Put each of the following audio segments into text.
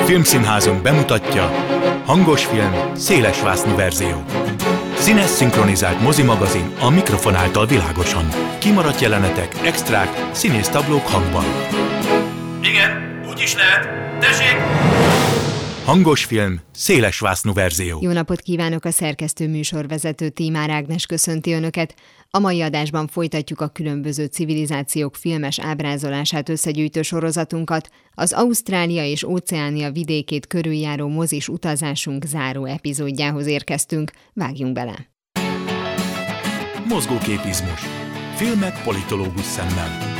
Filmszínházunk bemutatja hangos film, szélesvásznú verzió. Színes szinkronizált mozimagazin a mikrofon által világosan. Kimaradt jelenetek, extrák, színésztablók hangban. Igen, úgy is lehet. Tessék! Hangos film, szélesvásznú verzió. Jó napot kívánok, a szerkesztő műsorvezető Tímár Ágnes köszönti Önöket. A mai adásban folytatjuk a különböző civilizációk filmes ábrázolását összegyűjtő sorozatunkat. Az Ausztrália és Óceánia vidékét körüljáró mozis utazásunk záró epizódjához érkeztünk. Vágjunk bele! Mozgóképizmus. Filmek politológus szemmel.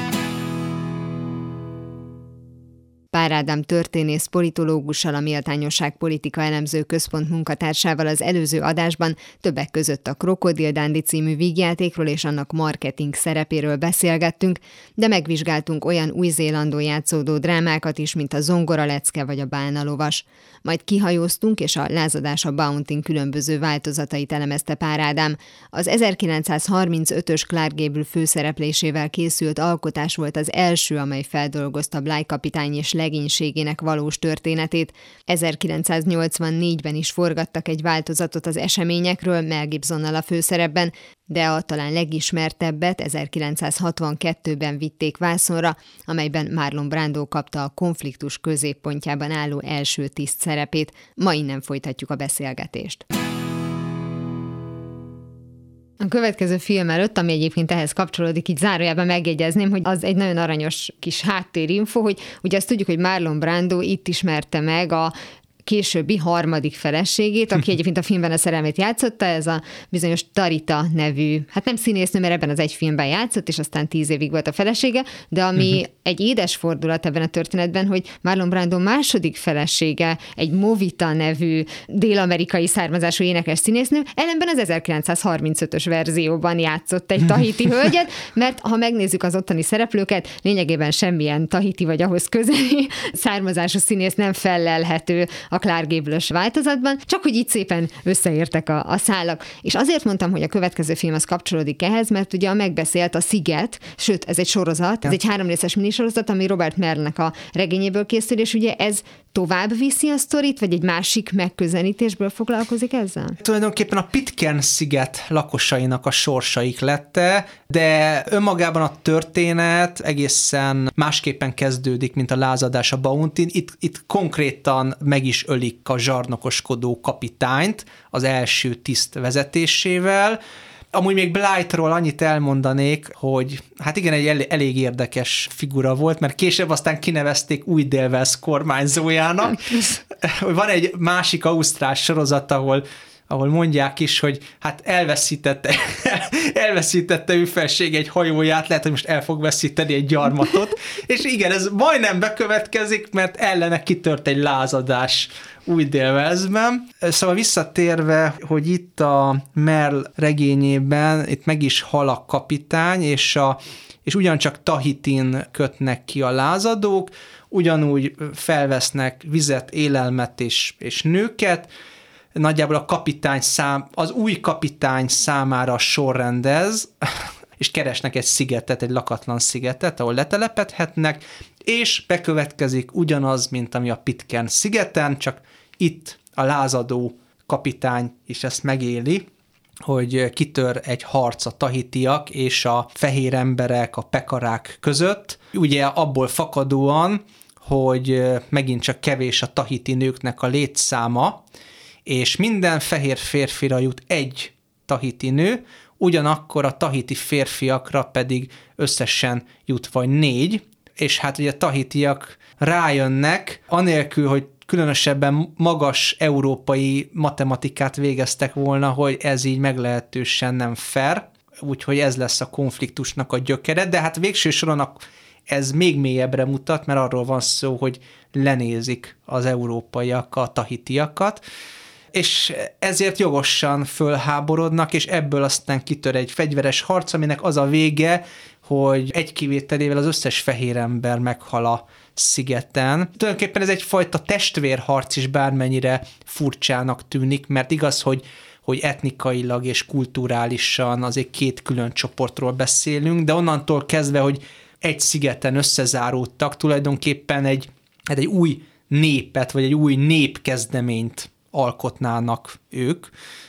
Pár Ádám történész politológussal, a Méltányosság Politika Elemző Központ munkatársával az előző adásban többek között a Krokodil Dundee című vígjátékról és annak marketing szerepéről beszélgettünk, de megvizsgáltunk olyan Új-Zélandon játszódó drámákat is, mint a Zongoralecke vagy a Bálnalovas. Majd kihajóztunk, és a Lázadás a Bountyn különböző változatait elemezte Pár Ádám. Az 1935-ös Clark Gable főszereplésével készült alkotás volt az első, amely feldolgozta Bligh kapitány és legénységének valós történetét. 1984-ben is forgattak egy változatot az eseményekről, Mel Gibsonnal a főszerepben, de a talán legismertebbet 1962-ben vitték vászonra, amelyben Marlon Brando kapta a konfliktus középpontjában álló első tiszt szerepét. Ma innen folytatjuk a beszélgetést. A következő film előtt, ami egyébként ehhez kapcsolódik, így zárójában megjegyezném, hogy az egy nagyon aranyos kis háttérinfo, hogy ugye azt tudjuk, hogy Marlon Brando itt ismerte meg a későbbi harmadik feleségét, aki egyébként a filmben a szerelmét játszotta, ez a bizonyos Tarita nevű, hát nem színésznő, mert ebben az egy filmben játszott, és aztán 10 évig volt a felesége, de ami egy édes fordulat ebben a történetben, hogy Marlon Brando második felesége, egy Movita nevű dél-amerikai származású énekes színésznő, ellenben az 1935-ös verzióban játszott egy tahiti hölgyet, mert ha megnézzük az ottani szereplőket, lényegében semmilyen tahiti vagy ahhoz közeli származású színész nem fellelhető a Clark Gable-ös változatban, csak hogy így szépen összeértek a szálak. És azért mondtam, hogy a következő film az kapcsolódik ehhez, mert ugye a megbeszélt a Sziget, sőt, ez egy sorozat, ez egy 3 részes minisorozat, ami Robert Merle-nek a regényéből készül, és ugye ez tovább viszi a sztorit, vagy egy másik megközelítésből foglalkozik ezzel? Tulajdonképpen a Pitcairn-sziget lakosainak a sorsaik lette, de önmagában a történet egészen másképpen kezdődik, mint a Lázadás a Bountyn. Itt konkrétan meg is ölik a zsarnokoskodó kapitányt az első tiszt vezetésével. Amúgy még Blightról annyit elmondanék, hogy hát igen, egy elég érdekes figura volt, mert később aztán kinevezték Új-Dél-Wales kormányzójának. Van egy másik ausztrál sorozat, ahol mondják is, hogy hát elveszítette ő felsége egy hajóját, lehet, hogy most el fog veszíteni egy gyarmatot, és igen, ez majdnem bekövetkezik, mert ellene kitört egy lázadás Új-Dél-Walesben. Szóval visszatérve, hogy itt a Merle regényében itt meg is hal a kapitány, és ugyancsak Tahitin kötnek ki a lázadók, ugyanúgy felvesznek vizet, élelmet és nőket, nagyjából az új kapitány számára sorrendez, és keresnek egy szigetet, egy lakatlan szigetet, ahol letelepedhetnek, és bekövetkezik ugyanaz, mint ami a Pitcairn szigeten, csak itt a lázadó kapitány is ezt megéli, hogy kitör egy harc a tahitiak és a fehér emberek, a pekarák között. Ugye abból fakadóan, hogy megint csak kevés a tahiti nőknek a létszáma, és minden fehér férfira jut egy tahiti nő, ugyanakkor a tahiti férfiakra pedig összesen jut vagy 4, és hát ugye a tahitiak rájönnek, anélkül, hogy különösebben magas európai matematikát végeztek volna, hogy ez így meglehetősen nem fair, úgyhogy ez lesz a konfliktusnak a gyökere, de hát végső soron ez még mélyebbre mutat, mert arról van szó, hogy lenézik az európaiak a tahitiakat, és ezért jogosan fölháborodnak, és ebből aztán kitör egy fegyveres harc, aminek az a vége, hogy egy kivételével az összes fehér ember meghal a szigeten. Tulajdonképpen ez egyfajta testvérharc is, bármennyire furcsának tűnik, mert igaz, hogy etnikailag és kulturálisan azért 2 külön csoportról beszélünk, de onnantól kezdve, hogy egy szigeten összezáródtak, tulajdonképpen egy új népet, vagy egy új népkezdeményt alkotnának ők,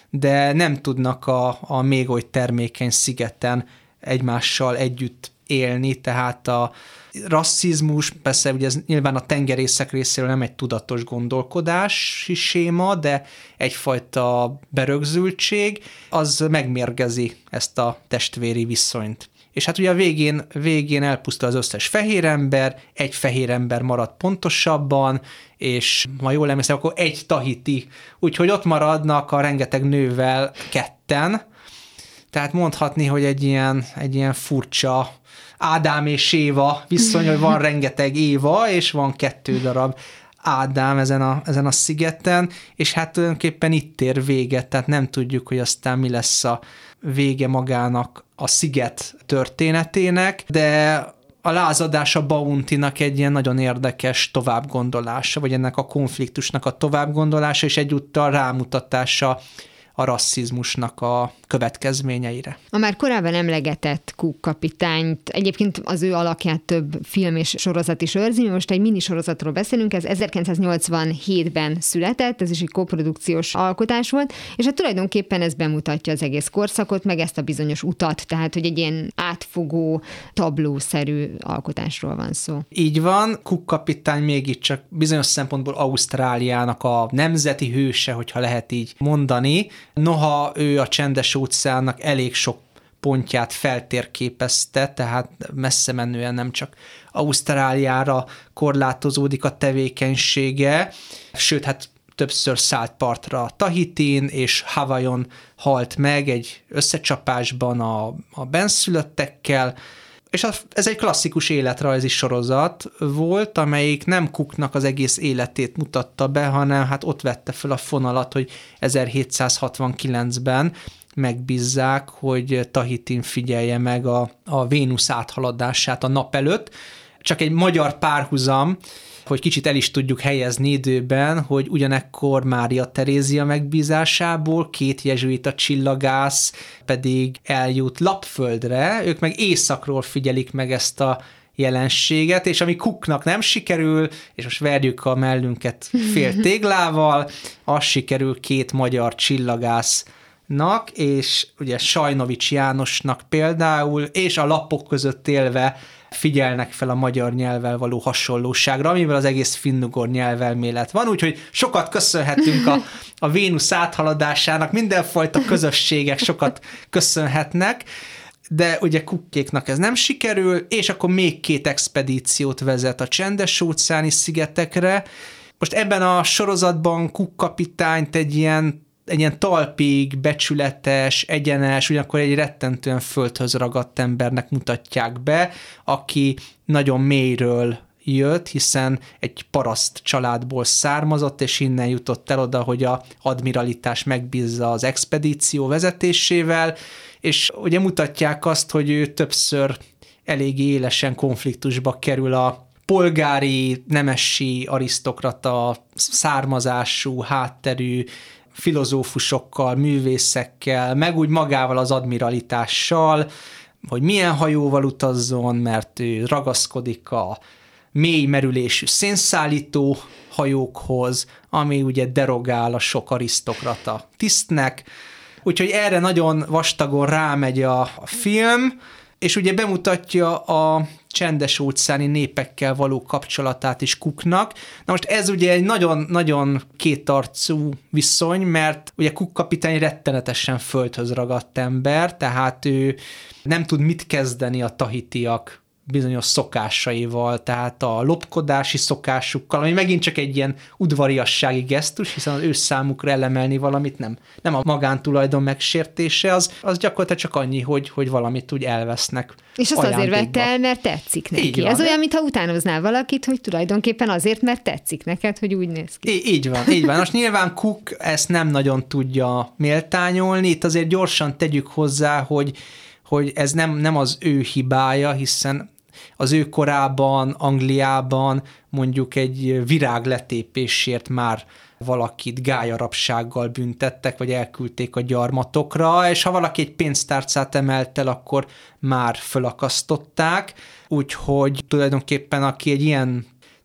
de nem tudnak a még oly termékeny szigeten egymással együtt élni, tehát a rasszizmus, persze ugye ez nyilván a tengerészek részéről nem egy tudatos gondolkodási séma, de egyfajta berögzültség, az megmérgezi ezt a testvéri viszonyt. És hát ugye a végén elpusztul az összes fehér ember, egy fehér ember marad pontosabban, és ha jól emlékszem, akkor egy tahiti, úgyhogy ott maradnak a rengeteg nővel ketten, tehát mondhatni, hogy egy ilyen furcsa Ádám és Éva viszony, hogy van rengeteg Éva, és van 2 darab Ádám ezen a szigeten, és hát tulajdonképpen itt ér véget, tehát nem tudjuk, hogy aztán mi lesz a vége magának a sziget történetének, de a lázadás a Bounty-nak egy ilyen nagyon érdekes továbbgondolása, vagy ennek a konfliktusnak a továbbgondolása, és egyúttal rámutatása a rasszizmusnak a következményeire. A már korábban emlegetett Cook kapitányt, egyébként az ő alakját több film és sorozat is őrzi, most egy minisorozatról beszélünk, ez 1987-ben született, ez is egy koprodukciós alkotás volt, és hát tulajdonképpen ez bemutatja az egész korszakot, meg ezt a bizonyos utat, tehát hogy egy ilyen átfogó, tablószerű alkotásról van szó. Így van, Cook kapitány mégiscsak bizonyos szempontból Ausztráliának a nemzeti hőse, hogyha lehet így mondani. Noha ő a Csendes-óceánnak elég sok pontját feltérképezte, tehát messze menően nem csak Ausztráliára korlátozódik a tevékenysége, sőt, hát többször szállt partra Tahitin és Hawaiion halt meg egy összecsapásban a bennszülöttekkel, és ez egy klasszikus életrajzi sorozat volt, amelyik nem Cooknak az egész életét mutatta be, hanem hát ott vette fel a fonalat, hogy 1769-ben megbízzák, hogy Tahitin figyelje meg a Vénusz áthaladását a nap előtt. Csak egy magyar párhuzam, hogy kicsit el is tudjuk helyezni időben, hogy ugyanekkor Mária Terézia megbízásából 2 jezsuita csillagász pedig eljut Lapföldre, ők meg északról figyelik meg ezt a jelenséget, és ami Cooknak nem sikerül, és most verjük a mellünket fél téglával, az sikerül 2 magyar csillagásznak, és ugye Sajnovics Jánosnak például, és a lapok között élve figyelnek fel a magyar nyelvvel való hasonlóságra, amivel az egész finnugor nyelvelmélet van, úgyhogy sokat köszönhetünk a Vénusz áthaladásának, mindenfajta közösségek sokat köszönhetnek, de ugye Cookéknak ez nem sikerül, és akkor még 2 expedíciót vezet a Csendes-óceáni szigetekre. Most ebben a sorozatban Cook kapitányt egy ilyen talpig, becsületes, egyenes, ugyanakkor egy rettentően földhöz ragadt embernek mutatják be, aki nagyon mélyről jött, hiszen egy paraszt családból származott, és innen jutott el oda, hogy a admiralitás megbízza az expedíció vezetésével, és ugye mutatják azt, hogy ő többször eléggé élesen konfliktusba kerül a polgári, nemesi, arisztokrata származású, hátterű filozófusokkal, művészekkel, meg úgy magával az admiralitással, hogy milyen hajóval utazzon, mert ő ragaszkodik a mély merülésű szénszállító hajókhoz, ami ugye derogál a sok arisztokrata tisztnek. Úgyhogy erre nagyon vastagon rámegy a film, és ugye bemutatja a csendes-óceáni népekkel való kapcsolatát is Cooknak. Na most ez ugye egy nagyon-nagyon kétarcú viszony, mert ugye Cook kapitány rettenetesen földhöz ragadt ember, tehát ő nem tud mit kezdeni a tahitiak bizonyos szokásaival, tehát a lopkodási szokásukkal, ami megint csak egy ilyen udvariassági gesztus, hiszen az ő számukra elemelni valamit nem a magántulajdon megsértése, az gyakorlatilag csak annyi, hogy valamit úgy elvesznek. És azt azért vette el, mert tetszik neki. Ez olyan, mintha utánoznál valakit, hogy tulajdonképpen azért, mert tetszik neked, hogy úgy néz ki. Így van. Most nyilván Cook ezt nem nagyon tudja méltányolni, itt azért gyorsan tegyük hozzá, hogy ez nem az ő hibája, hiszen az ő korában, Angliában mondjuk egy virág letépésért már valakit gályarabsággal büntettek, vagy elküldték a gyarmatokra, és ha valaki egy pénztárcát emelt el, akkor már fölakasztották, úgyhogy tulajdonképpen aki egy ilyen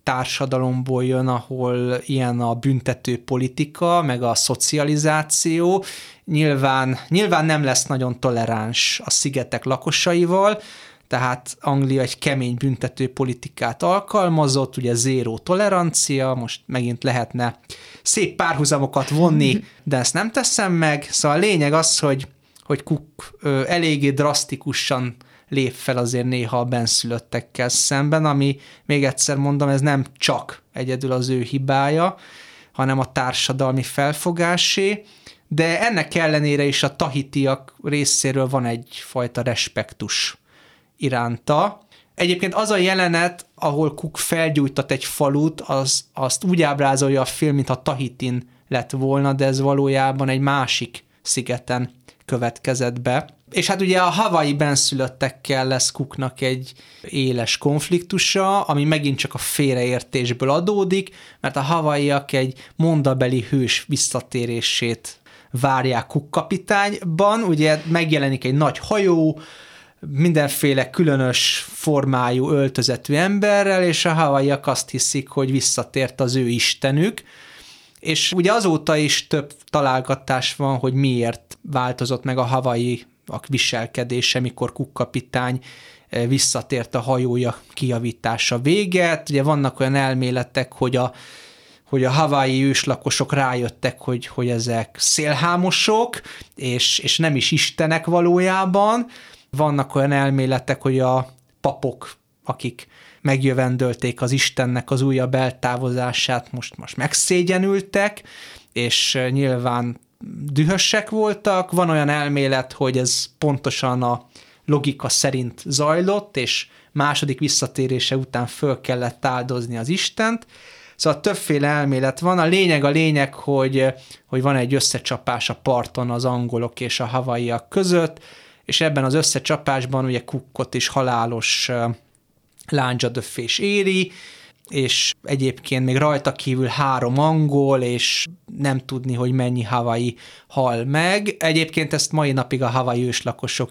társadalomból jön, ahol ilyen a büntető politika, meg a szocializáció. Nyilván nem lesz nagyon toleráns a szigetek lakosaival, tehát Anglia egy kemény büntető politikát alkalmazott, ugye zéró tolerancia, most megint lehetne szép párhuzamokat vonni, de ezt nem teszem meg. Szóval a lényeg az, hogy Cook eléggé drasztikusan lép fel azért néha a benszülöttekkel szemben, ami, még egyszer mondom, ez nem csak egyedül az ő hibája, hanem a társadalmi felfogásé, de ennek ellenére is a tahitiak részéről van egyfajta respektus iránta. Egyébként az a jelenet, ahol Cook felgyújtott egy falut, azt úgy ábrázolja a film, mintha Tahitin lett volna, de ez valójában egy másik szigeten következett be. És hát ugye a Hawaii benszülöttekkel lesz Cooknak egy éles konfliktusa, ami megint csak a félreértésből adódik, mert a hawaiiak egy mondabeli hős visszatérését várják Cook kapitányban. Ugye megjelenik egy nagy hajó, mindenféle különös formájú öltözetű emberrel, és a hawaiiak azt hiszik, hogy visszatért az ő istenük. És ugye azóta is több találgatás van, hogy miért változott meg a hawaiiak viselkedése, mikor Cook kapitány visszatért a hajója kijavítása véget. Ugye vannak olyan elméletek, hogy a hawaii őslakosok rájöttek, hogy ezek szélhámosok, és nem is istenek valójában. Vannak olyan elméletek, hogy a papok, akik megjövendölték az Istennek az újabb eltávozását, most megszégyenültek, és nyilván dühösek voltak. Van olyan elmélet, hogy ez pontosan a logika szerint zajlott, és második visszatérése után föl kellett áldozni az Istent. Szóval többféle elmélet van. A lényeg, hogy van egy összecsapás a parton az angolok és a hawaiiak között, és ebben az összecsapásban ugye Cookot is halálos lándzsadöfés éri, és egyébként még rajta kívül 3 angol, és nem tudni, hogy mennyi hawaii hal meg. Egyébként ezt mai napig a hawaii őslakosok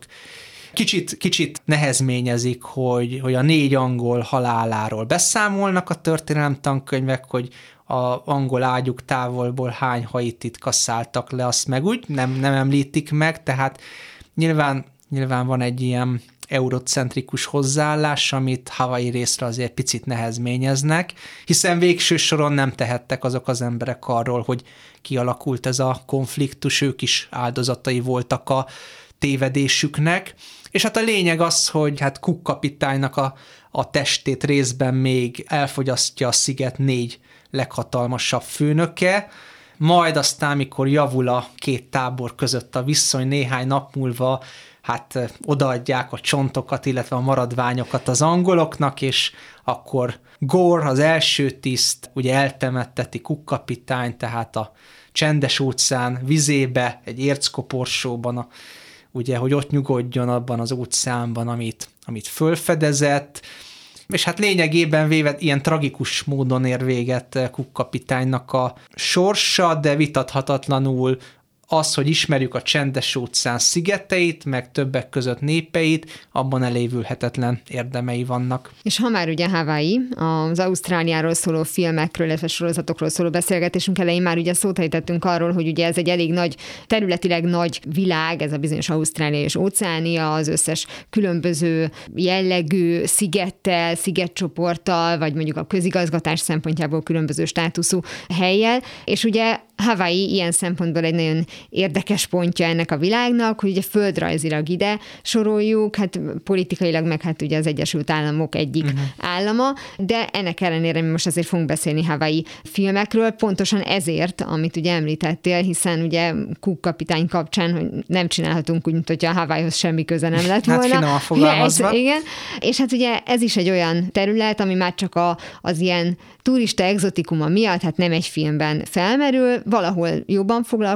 kicsit nehezményezik, hogy a 4 angol haláláról beszámolnak a történelemtankönyvek, hogy a angol ágyuk távolból hány haitit kasszáltak le, azt meg úgy nem említik meg, tehát nyilván van egy ilyen eurocentrikus hozzáállás, amit Hawaii részre azért picit nehezményeznek, hiszen végső soron nem tehettek azok az emberek arról, hogy kialakult ez a konfliktus, ők is áldozatai voltak a tévedésüknek, és hát a lényeg az, hogy hát Cook kapitánynak a testét részben még elfogyasztja a sziget 4 leghatalmasabb főnöke, majd aztán, mikor javul a 2 tábor között a viszony, néhány nap múlva hát odaadják a csontokat, illetve a maradványokat az angoloknak, és akkor Gore, az első tiszt, ugye eltemetteti Cook kapitány, tehát a Csendes-óceán vizébe, egy érckoporsóban, ugye, hogy ott nyugodjon abban az óceánban, amit fölfedezett, és hát lényegében véve ilyen tragikus módon ér véget Cook kapitánynak a sorsa, de vitathatatlanul az, hogy ismerjük a Csendes-óceán szigeteit, meg többek között népeit, abban elévülhetetlen érdemei vannak. És ha már ugye Hawaii, az Ausztráliáról szóló filmekről, illetve sorozatokról szóló beszélgetésünk elején már ugye szót ejtettünk arról, hogy ugye ez egy elég nagy, területileg nagy világ, ez a bizonyos Ausztrália és Óceánia, az összes különböző jellegű szigettel, szigetcsoporttal, vagy mondjuk a közigazgatás szempontjából különböző státuszú hellyel, és ugye Hawaii ilyen szempontból egy nagyon érdekes pontja ennek a világnak, hogy ugye földrajzilag ide soroljuk, hát politikailag meg hát ugye az Egyesült Államok egyik állama, de ennek ellenére mi most azért fogunk beszélni Hawaii filmekről, pontosan ezért, amit ugye említettél, hiszen ugye Cook kapitány kapcsán, hogy nem csinálhatunk úgy, mint hogyha a Hawaiihoz semmi köze nem lett volna. Hát finoman fogalmazva. Igen, és hát ugye ez is egy olyan terület, ami már csak az ilyen turista egzotikuma miatt, hát nem egy filmben felmerül, valahol jobban foglalkoznak nyilván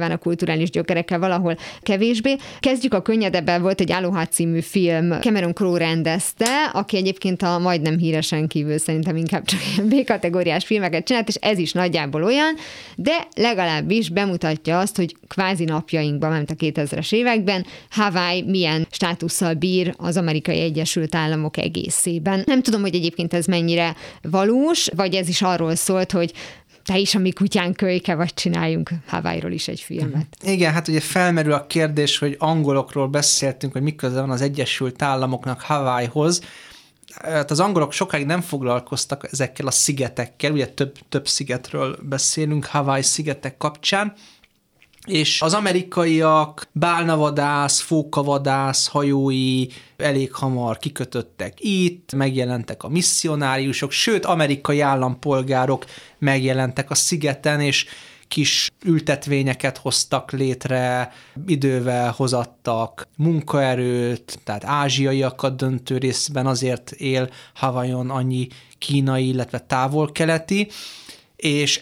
nyilván a kulturális gyökerekkel valahol kevésbé. Kezdjük a könnyedebben, volt egy Aloha című film, Cameron Crowe rendezte, aki egyébként a majdnem híresen kívül szerintem inkább csak B-kategóriás filmeket csinált, és ez is nagyjából olyan, de legalábbis bemutatja azt, hogy kvázi napjainkban, ment a 2000-es években, Hawaii milyen státusszal bír az Amerikai Egyesült Államok egészében. Nem tudom, hogy egyébként ez mennyire valós, vagy ez is arról szólt, hogy te is a mi kutyán kölyke, vagy csináljunk Hawaii-ról is egy filmet. Igen, hát ugye felmerül a kérdés, hogy angolokról beszéltünk, hogy mi köze van az Egyesült Államoknak Hawaiihoz. Hát az angolok sokáig nem foglalkoztak ezekkel a szigetekkel, ugye több szigetről beszélünk Hawaii szigetek kapcsán, és az amerikaiak bálnavadász, fókavadász hajói elég hamar kikötöttek itt, megjelentek a misszionáriusok, sőt, amerikai állampolgárok megjelentek a szigeten, és kis ültetvényeket hoztak létre, idővel hozattak munkaerőt, tehát ázsiaiakat döntő részben, azért él Hawaiion annyi kínai, illetve távol-keleti, és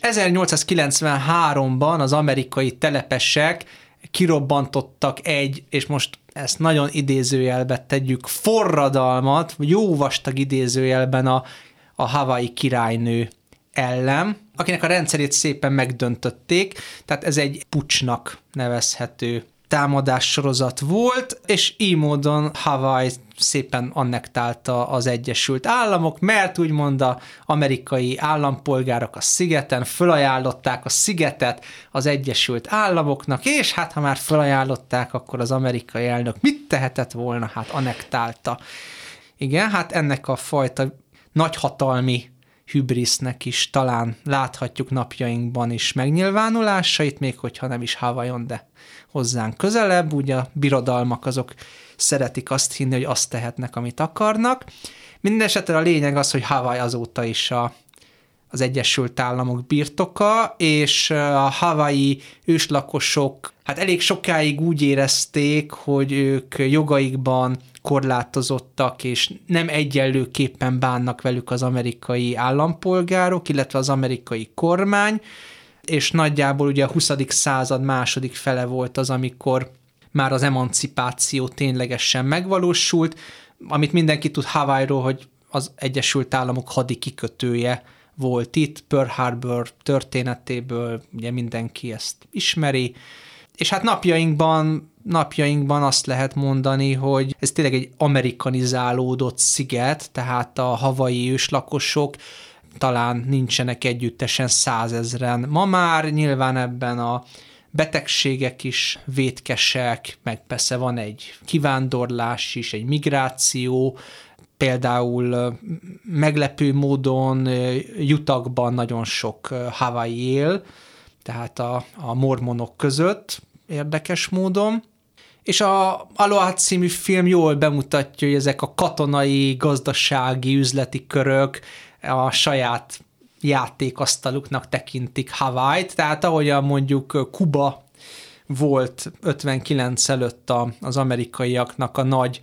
1893-ban az amerikai telepesek kirobbantottak és most ezt nagyon idézőjelbe tegyük, forradalmat, jó vastag idézőjelben a Hawaii királynő ellen, akinek a rendszerét szépen megdöntötték, tehát ez egy puccsnak nevezhető támadássorozat volt, és így módon Hawaii szépen annektálta az Egyesült Államok, mert úgymond az amerikai állampolgárok a szigeten fölajánlották a szigetet az Egyesült Államoknak, és hát ha már fölajánlották, akkor az amerikai elnök mit tehetett volna? Hát annektálta. Igen, hát ennek a fajta nagyhatalmi hübrisznek is talán láthatjuk napjainkban is megnyilvánulásait, még hogyha nem is Hawaiion, de hozzánk közelebb, ugye a birodalmak azok szeretik azt hinni, hogy azt tehetnek, amit akarnak. Mindenesetre a lényeg az, hogy Hawaii azóta is az Egyesült Államok birtoka, és a Hawaii őslakosok hát elég sokáig úgy érezték, hogy ők jogaikban korlátozottak, és nem egyenlőképpen bánnak velük az amerikai állampolgárok, illetve az amerikai kormány, és nagyjából ugye a 20. század második fele volt az, amikor már az emancipáció ténylegesen megvalósult, amit mindenki tud Hawaiiról, hogy az Egyesült Államok hadi kikötője volt itt, Pearl Harbor történetéből ugye mindenki ezt ismeri, és hát napjainkban azt lehet mondani, hogy ez tényleg egy amerikanizálódott sziget, tehát a hawaii őslakosok talán nincsenek együttesen 100 000-en. Ma már nyilván ebben a betegségek is vétkesek, meg persze van egy kivándorlás is, egy migráció, például meglepő módon Utahban nagyon sok Hawaii él, tehát a mormonok között érdekes módon. És a Aloha című film jól bemutatja, hogy ezek a katonai, gazdasági, üzleti körök a saját játékasztaluknak tekintik Hawaiit, tehát ahogyan mondjuk Kuba volt 59 előtt az amerikaiaknak a nagy,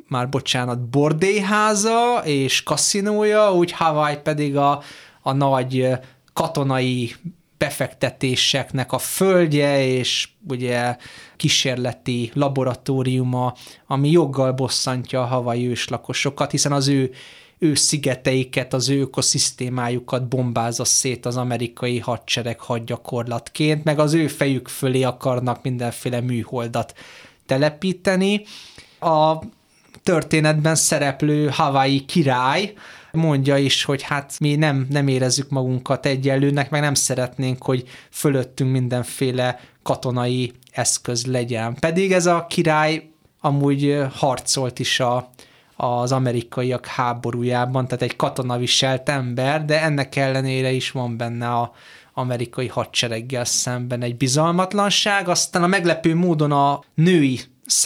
bordélyháza és kaszinója, úgy Hawaii pedig a nagy katonai befektetéseknek a földje, és ugye kísérleti laboratóriuma, ami joggal bosszantja a hawaii őslakosokat, hiszen az ő szigeteiket, az ő ökoszisztémájukat bombázza szét az amerikai hadsereg hadgyakorlatként, meg az ő fejük fölé akarnak mindenféle műholdat telepíteni. A történetben szereplő Hawaii király mondja is, hogy hát mi nem érezzük magunkat egyenlőnek, meg nem szeretnénk, hogy fölöttünk mindenféle katonai eszköz legyen. Pedig ez a király amúgy harcolt is az amerikaiak háborújában, tehát egy katonaviselt ember, de ennek ellenére is van benne az amerikai hadsereggel szemben egy bizalmatlanság. Aztán a meglepő módon a női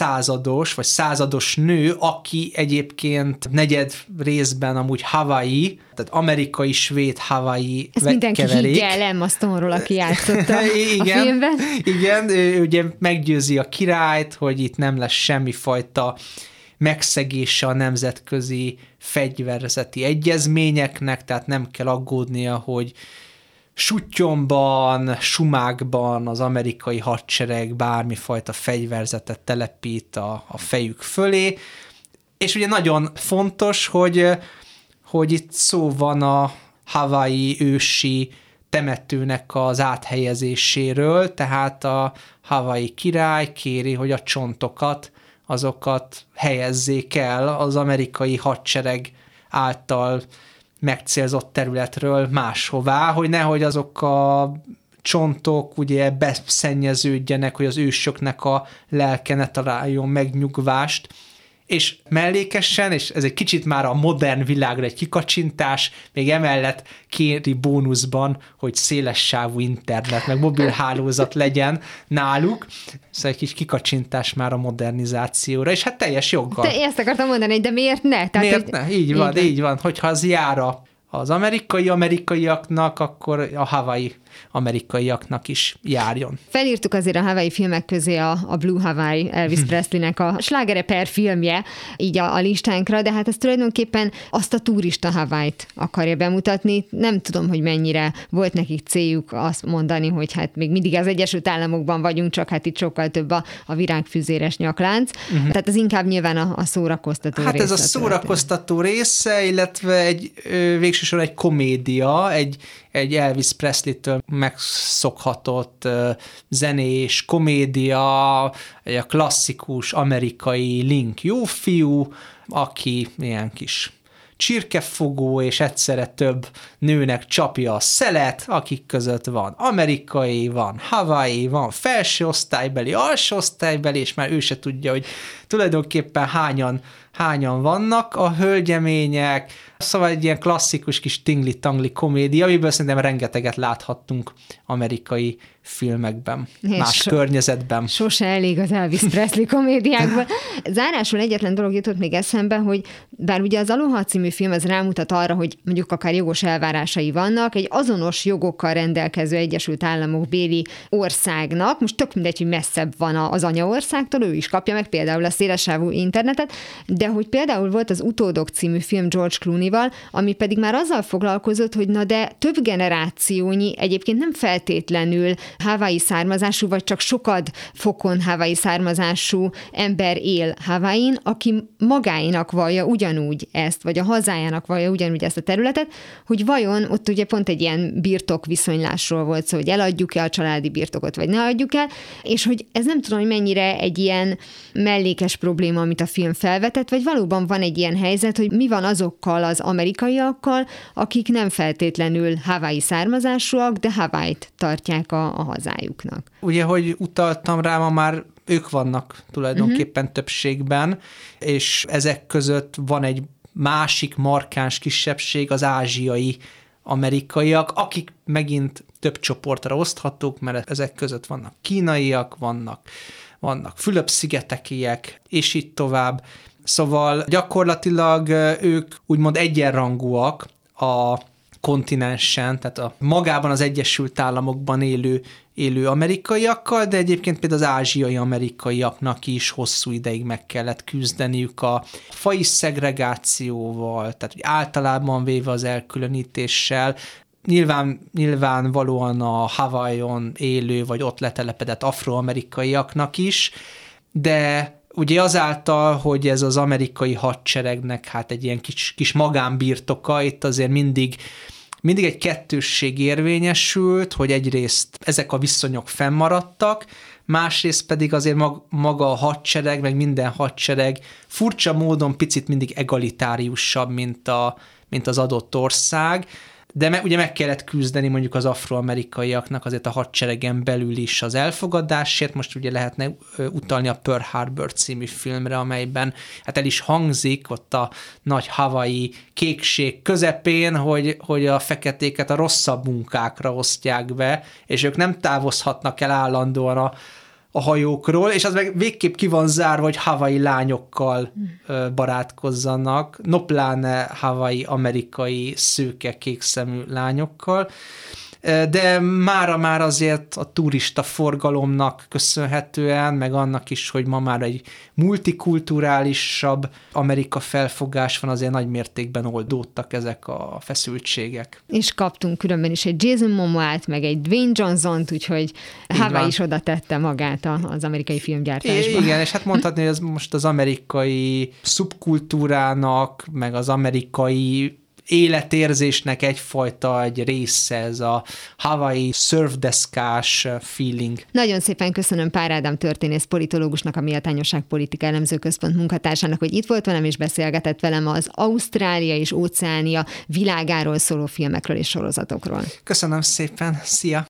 százados nő, aki egyébként negyed részben amúgy Hawaii, tehát amerikai, svéd, Hawaii ezt mindenki higgye el Emma Stone-ról, aki játszotta a filmben. Igen, ő ugye meggyőzi a királyt, hogy itt nem lesz semmifajta megszegése a nemzetközi fegyverzeti egyezményeknek, tehát nem kell aggódnia, hogy Suttyomban, sumákban az amerikai hadsereg bármifajta fegyverzetet telepít a fejük fölé, és ugye nagyon fontos, hogy itt szó van a Hawaii ősi temetőnek az áthelyezéséről, tehát a Hawaii király kéri, hogy a csontokat, azokat helyezzék el az amerikai hadsereg által megcélzott területről máshová, hogy nehogy azok a csontok ugye beszennyeződjenek, hogy az ősöknek a lelke ne találjon megnyugvást, és mellékesen, és ez egy kicsit már a modern világra egy kikacsintás, még emellett kéri bónuszban, hogy szélessávú internet, meg mobilhálózat legyen náluk, szóval egy kis kikacsintás már a modernizációra, és hát teljes joggal. Te ezt akartam mondani, de miért ne? Tehát, miért ne? Így van, hogyha az jár az amerikaiaknak, akkor a Hawaii amerikaiaknak is járjon. Felírtuk azért a Hawaii filmek közé a Blue Hawaii Elvis Presleynek a slágere per filmje így a listánkra, de hát ez tulajdonképpen azt a turista Hawaii-t akarja bemutatni. Nem tudom, hogy mennyire volt nekik céljuk azt mondani, hogy hát még mindig az Egyesült Államokban vagyunk, csak hát itt sokkal több a virágfüzéres nyaklánc. Tehát ez inkább nyilván a szórakoztató része. Hát ez a szórakoztató része, illetve végsősorban egy komédia, egy Elvis Presley-től megszokhatott zenés komédia, a klasszikus amerikai Link jó fiú, aki ilyen kis csirkefogó, és egyszerre több nőnek csapja a szelet, akik között van amerikai, van Hawaii, van felső osztálybeli, alsó osztálybeli, és már ő se tudja, hogy tulajdonképpen hányan vannak a hölgyemények. Szóval egy ilyen klasszikus kis tingli-tangli komédia, amiből szerintem rengeteget láthattunk amerikai filmekben, más környezetben. Sose elég az Elvis Presley komédiákban. Zárásul egyetlen dolog jutott még eszembe, hogy bár ugye az Aloha című film az rámutat arra, hogy mondjuk akár jogos elvárásai vannak, egy azonos jogokkal rendelkező Egyesült Államok béli országnak, most tök mindegy, hogy messzebb van az anyaországtól, ő is kapja meg például a szélessávú internetet, de hogy például volt az Utódok című film George Clooney-val, ami pedig már azzal foglalkozott, hogy na de több generációnyi, egyébként nem feltétlenül Hawaii származású, vagy csak sokad fokon Hawaii származású ember él Hawaiin, aki magáinak vallja ugyanúgy ezt, vagy a hazájának vallja ugyanúgy ezt a területet, hogy vajon ott ugye pont egy ilyen birtokviszonylásról volt szó, hogy eladjuk-e a családi birtokot, vagy ne adjuk el, és hogy ez nem tudom, hogy mennyire egy ilyen mellékes probléma, amit a film felvetett, vagy valóban van egy ilyen helyzet, hogy mi van azokkal az amerikaiakkal, akik nem feltétlenül Hawaii származásúak, de Hawaiit tartják a hazájuknak. Ugye, hogy utaltam rá, ma már ők vannak tulajdonképpen többségben, és ezek között van egy másik markáns kisebbség, az ázsiai amerikaiak, akik megint több csoportra oszthatók, mert ezek között vannak kínaiak, vannak Fülöp-szigetekiek, és így tovább. Szóval gyakorlatilag ők úgymond egyenrangúak a kontinensen, tehát magában az Egyesült Államokban élő amerikaiakkal, de egyébként például az ázsiai amerikaiaknak is hosszú ideig meg kellett küzdeniük a faji szegregációval, tehát általában véve az elkülönítéssel. Nyilvánvalóan a Hawaiion élő, vagy ott letelepedett afroamerikaiaknak is, de ugye azáltal, hogy ez az amerikai hadseregnek hát egy ilyen kis magánbirtoka, itt azért mindig egy kettősség érvényesült, hogy egyrészt ezek a viszonyok fennmaradtak, másrészt pedig azért maga a hadsereg, meg minden hadsereg furcsa módon picit mindig egalitáriusabb, mint az adott ország, de ugye meg kellett küzdeni mondjuk az afroamerikaiaknak azért a hadseregen belül is az elfogadásért. Most ugye lehetne utalni a Pearl Harbor című filmre, amelyben hát el is hangzik ott a nagy Hawaii kékség közepén, hogy a feketéket a rosszabb munkákra osztják be, és ők nem távozhatnak el állandóan a hajókról, és az meg végképp ki van zárva, hogy Hawaii lányokkal barátkozzanak, no pláne Hawaii amerikai szőke kékszemű lányokkal. de mára már azért a turista forgalomnak köszönhetően, meg annak is, hogy ma már egy multikulturálisabb Amerika felfogás van, azért nagy mértékben oldódtak ezek a feszültségek. És kaptunk különben is egy Jason Momoát, meg egy Dwayne Johnson-t, úgyhogy Hawaii is oda tette magát az amerikai filmgyártásba. Igen, és hát mondhatni, hogy ez most az amerikai szubkultúrának, meg az amerikai életérzésnek egy része, ez a Hawaii surfdeszkás feeling. Nagyon szépen köszönöm Pár Ádám történész politológusnak, a Méltányosság Politika Elemző Központ munkatársának, hogy itt volt velem és beszélgetett velem az Ausztrália és Óceánia világáról szóló filmekről és sorozatokról. Köszönöm szépen, szia!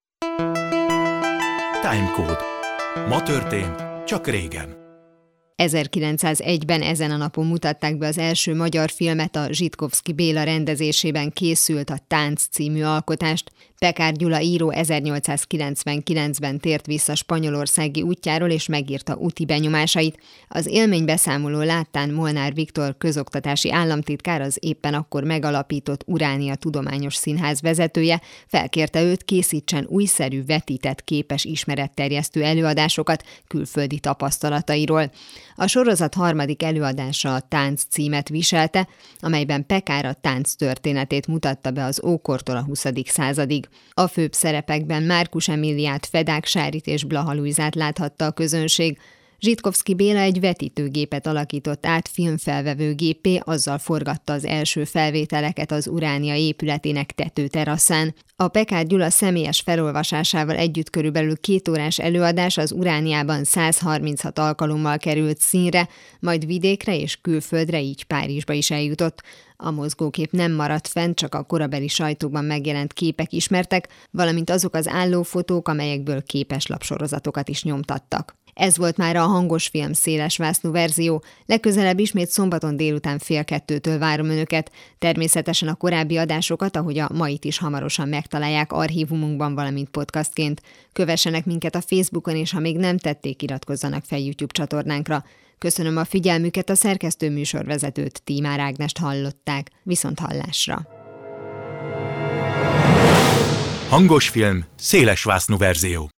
Timecode. Ma történt, csak régen. 1901-ben ezen a napon mutatták be az első magyar filmet, a Zsitkovszky Béla rendezésében készült a Tánc című alkotást. Pekár Gyula író 1899-ben tért vissza spanyolországi útjáról és megírta úti benyomásait. Az élménybeszámoló láttán Molnár Viktor közoktatási államtitkár, az éppen akkor megalapított Uránia Tudományos Színház vezetője felkérte őt, készítsen újszerű, vetített, képes ismeretterjesztő előadásokat külföldi tapasztalatairól. A sorozat harmadik előadása a Tánc címet viselte, amelyben Pekár a tánc történetét mutatta be az ókortól a 20. századig. A főbb szerepekben Márkus Emíliát, Fedák Sárit és Blaha Lujzát láthatta a közönség. Zsitkovszky Béla egy vetítőgépet alakított át filmfelvevőgéppé, azzal forgatta az első felvételeket az Uránia épületének tetőteraszán. A Pekár Gyula személyes felolvasásával együtt körülbelül 2 órás előadás az Urániában 136 alkalommal került színre, majd vidékre és külföldre, így Párizsba is eljutott. A mozgókép nem maradt fent, csak a korabeli sajtóban megjelent képek ismertek, valamint azok az állófotók, amelyekből képeslapsorozatokat is nyomtattak. Ez volt már a hangos film szélesvásznú verzió, legközelebb ismét szombaton délután 1:30-től várom önöket. Természetesen a korábbi adásokat, ahogy a mait is hamarosan megtalálják archívumunkban, valamint podcastként. Kövessenek minket a Facebookon, és ha még nem tették, iratkozzanak fel YouTube csatornánkra. Köszönöm a figyelmüket, a szerkesztő műsorvezetőt, Tímár Ágnest hallották. Viszont hallásra! Hangos film, szélesvásznú verzió.